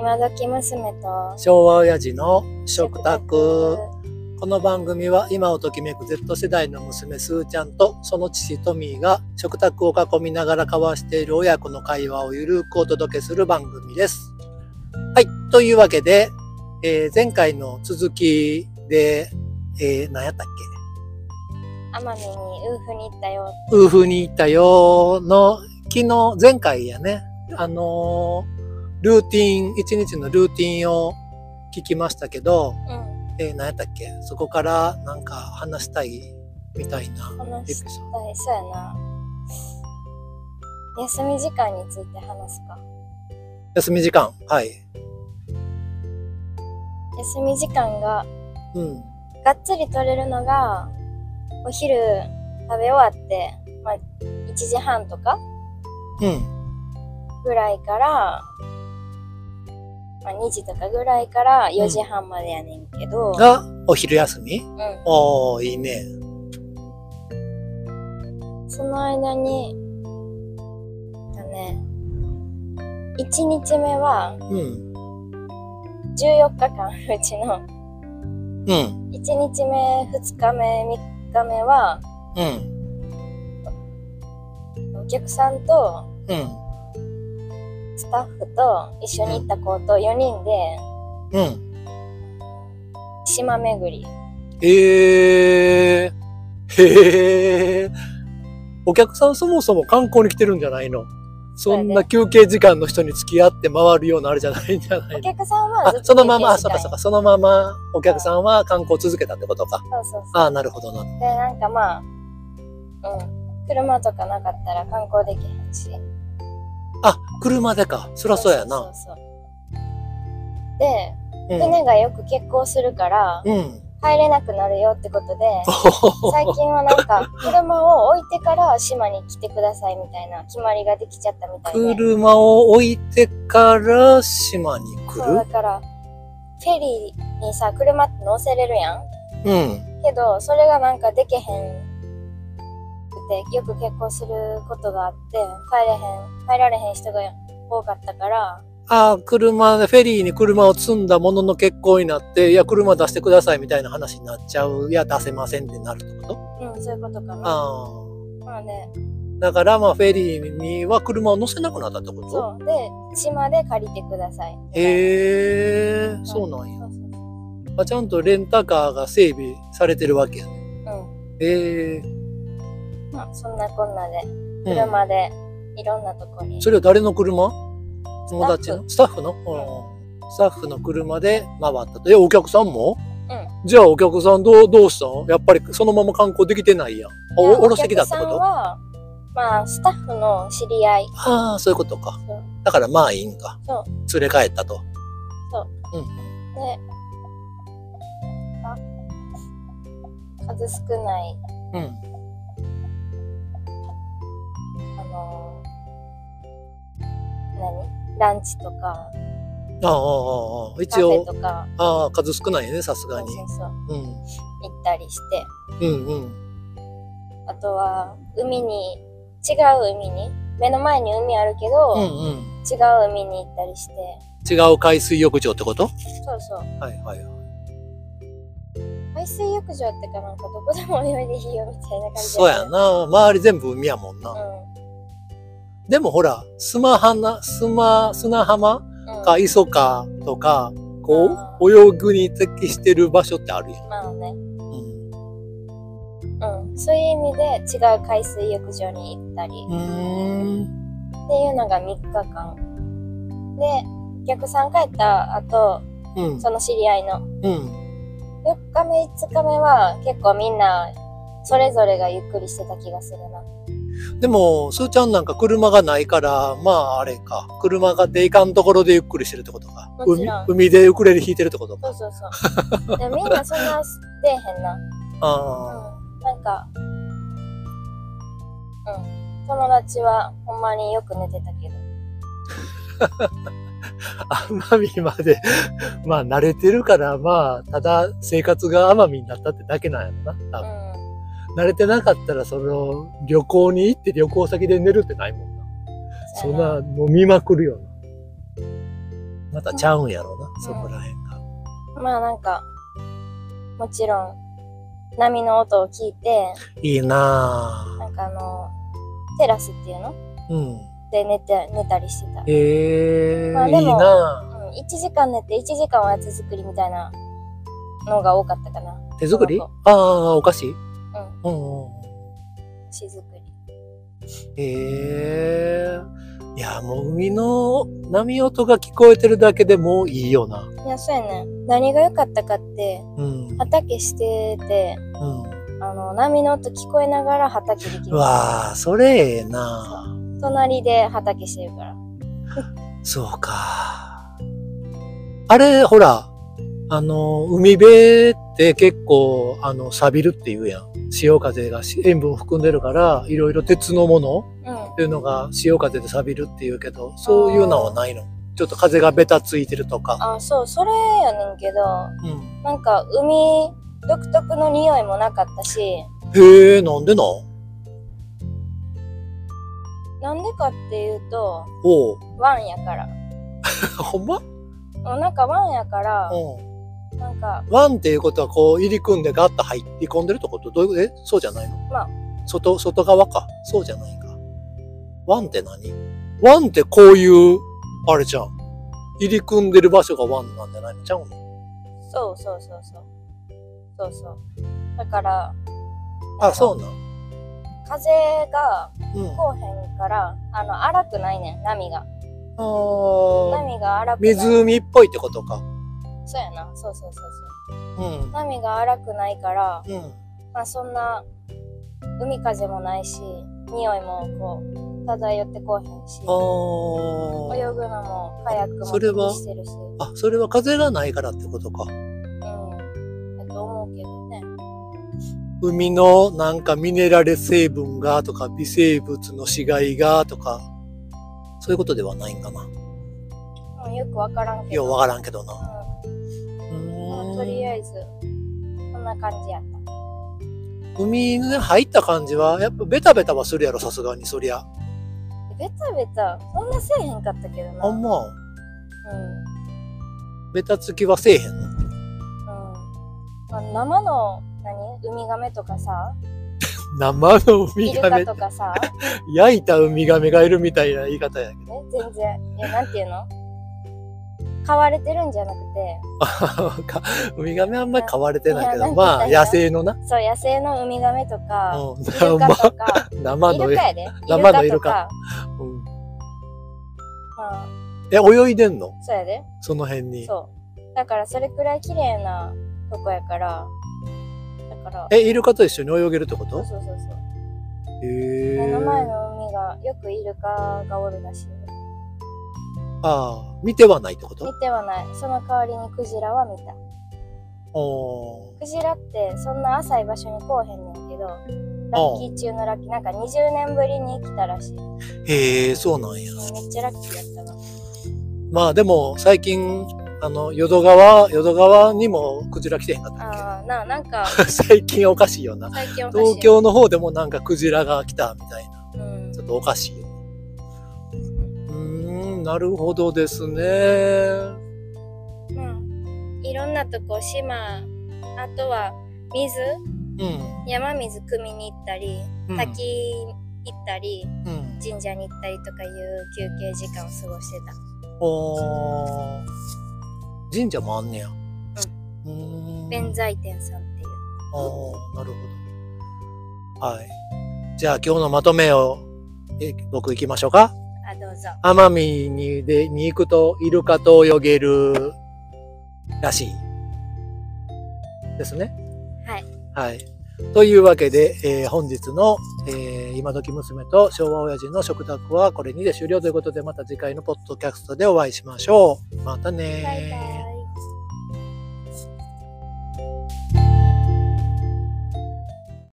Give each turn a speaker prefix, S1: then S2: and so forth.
S1: 今時娘と
S2: 昭和親父の食卓。この番組は今をときめく Z 世代の娘すーちゃんとその父トミーが食卓を囲みながら交わしている親子の会話をゆるくお届けする番組です。はい。というわけで、前回の続きで、何やったっけ？
S1: 奄美にウーフに行ったよ。
S2: ウーフに行ったよの前回やね。ルーティン、一日のルーティンを聞きましたけど、何やったっけ？そこからなんか話したいみたいなエピソード。
S1: そうやな。休み時間について話すか。
S2: 休み時間、はい。
S1: 休み時間が、がっつり取れるのが、お昼食べ終わって、1時半とかぐらいから、2時とかぐらいから4時半までやねんけど。
S2: が、お昼休み？おー、いいね。
S1: その間に、1日目は、14日間うちの、1日目、2日目、3日目は、お客さんと、スタッフと一緒に行った子と4人で、島巡り。
S2: へー。お客さんそもそも観光に来てるんじゃないの？そんな休憩時間の人に付き合って回るようなあれじゃないんじゃないの？
S1: お客さんはずっと
S2: そのまま、そうか、そのままお客さんは観光を続けたってことか。
S1: そう。
S2: なるほどな。
S1: で、なんか車とかなかったら観光できへんし。
S2: 車でか。そりゃそうやな。
S1: で、船がよく欠航するから、入れなくなるよってことで、最近はなんか、車を置いてから島に来てくださいみたいな決まりができちゃったみたいで。
S2: 車を置いてから島に来る？
S1: そう、だから、フェリーにさ、車って乗せれるやん。けど、それがなんかできへんくて、よく欠航することがあって、入られへん人が多かったから、
S2: フェリーに車を積んだものの欠航になって、いや、車出してくださいみたいな話になっちゃう。いや、出せませんってなるってこと？
S1: そういうことかな。
S2: だから、フェリーには車を乗せなくなったってこと？
S1: そう。で、島で借りてください。
S2: そうなんや。ちゃんとレンタカーが整備されてるわけやね。
S1: そんなこんなで、車でいろんなとこに。
S2: それは誰の車？友達の？スタッフの？スタッフの車で回ったと。お客さんも？じゃあお客さんどうしたの？やっぱりそのまま観光できてないやん。降ろしてきたってこと？
S1: お客さんは、スタッフの知り合い。
S2: そういうことか。だからいいんか。連れ帰ったと。
S1: そう。で、数少ない、ランチとか、
S2: 一応、
S1: カフェとか、
S2: 数少ないね、さすがに。
S1: 行ったりして、あとは、違う海に、目の前に海あるけど、違う海に行ったりして。
S2: 違う海水浴場ってこと？
S1: そう。
S2: はいはい。
S1: 海水浴場ってかなんかどこでも泳いでいいよみたいな感じ。
S2: そうやな。周り全部海やもんな。でもほら、砂浜か磯かとか、泳ぐに適してる場所ってあるやん。
S1: そういう意味で違う海水浴場に行ったり。っていうのが3日間。で、お客さん帰った後、その知り合いの。4日目、5日目は結構みんなそれぞれがゆっくりしてた気がするな。
S2: でも、すーちゃんなんか車がないから、あれか。車がでいかんところでゆっくりしてるってことか。海でウクレレ弾いてるってことか。
S1: そう。でみんなそんな出えへんな。なんか、友達はほんまによく寝てたけど。
S2: 奄美まで、慣れてるから、ただ生活が奄美になったってだけなんやろな、多分。慣れてなかったら、旅行に行って旅行先で寝るってないもんな。そんな、もう見まくるよな。 またちゃうんやろうな、そこらへんが。
S1: まあなんか、もちろん、波の音を聞いて、
S2: いいなぁ。
S1: なんかテラスっていうので寝たりしてた。まあでも、
S2: いいなぁ。
S1: 1時間寝て1時間おやつ作りみたいなのが多かったかな。
S2: 手作り？ああ、お菓子？
S1: お菓子作り。
S2: いや、もう海の波音が聞こえてるだけでもういいよな。
S1: いや、そうやね。何が良かったかって、畑してて、波の音聞こえながら畑できる。
S2: うわあ、それええな。
S1: 隣で畑してるから。
S2: そうか。あれ、ほら、海辺って結構、錆びるっていうやん。潮風が塩分を含んでるから、いろいろ鉄のものっていうのが潮風で錆びるっていうけど、そういうのはないの？ちょっと風がベタついてるとか。
S1: あ、そう、それやねんけど、なんか海独特の匂いもなかったし。
S2: へえ、なんで
S1: なんでかっていうと、湾やから。
S2: ほんま？
S1: なんか湾やから、なんか。
S2: 湾っていうことはこう入り組んでガッと入り込んでるってこと？どういうこと？そうじゃないの？
S1: まあ。
S2: 外側か。そうじゃないか。湾って何？湾ってこういう、あれじゃん。入り組んでる場所が湾なんじゃないの？ちゃうの？そう。
S1: だから。
S2: あ、そうなん。
S1: 風がこうへんから、荒くないねん、波が。波が荒くない。
S2: 湖っぽいってことか。
S1: そうやな。そう。波が荒くないから、まあそんな海風もないし、匂いもこう漂ってこうへんし、泳ぐのもカヤックもしてるし。
S2: あ、それは風がないからってことか。
S1: と思うけどね。
S2: 海のなんかミネラル成分がとか微生物の死骸がとかそういうことではないんかな。
S1: よくわからんけど。
S2: よくわからんけどな。
S1: とりあえずこんな感じやった。
S2: 海に入った感じはやっぱベタベタはするやろ、さすがにそりゃ。
S1: ベタベタそんなせえへんかったけどな。
S2: ほんま。ベタつきはせえへんの？
S1: 生のウミガメとかさ、
S2: 生のウミガメ
S1: イルカとかさ、
S2: 焼いたウミガメがいるみたいな言い方やけど。
S1: 全然。いや、なんていうの？飼われてるんじゃなくて。
S2: ウミガメあんまり飼われてないけど、まあ野生のな。
S1: そう、野生のウミガメとか、イルカとか。
S2: 生の
S1: イルカやで。
S2: 生のイルカ。泳いでんの？
S1: そうやで。
S2: その辺に。
S1: そう。だからそれくらい綺麗なとこやから。
S2: イルカと一緒に泳げるってこと？
S1: そう。
S2: 目
S1: の前の海がよくイルカがおるらしい。
S2: ああ、見てはないってこと？
S1: 見てはない。その代わりにクジラは見た。クジラってそんな浅い場所に来おへんねんけど、ラッキー中のラッキー、なんか20年ぶりに来たらしい。
S2: へえ、そうなんや。
S1: めっちゃラッキーやったわ。
S2: まあでも最近淀川にもクジラ来てへんかったっけ？
S1: なんか
S2: 最近おかしいよな。東京の方でもなんかクジラが来たみたいな。ちょっとおかしいよ。なるほどですね。
S1: いろんなとこ、島、あとは水、山水汲みに行ったり、滝行ったり、神社に行ったりとかいう休憩時間を過ごしてた。
S2: 神社もあんねや。
S1: 弁財天さんっていう。
S2: なるほど。はい。じゃあ今日のまとめを僕行きましょうか。
S1: どうぞ。
S2: 奄美に行くとイルカと泳げるらしいですね。はい。というわけで、本日の、今時娘と昭和親父の食卓はこれにて終了ということで、また次回のポッドキャストでお会いしましょう。またねー。バイバイ。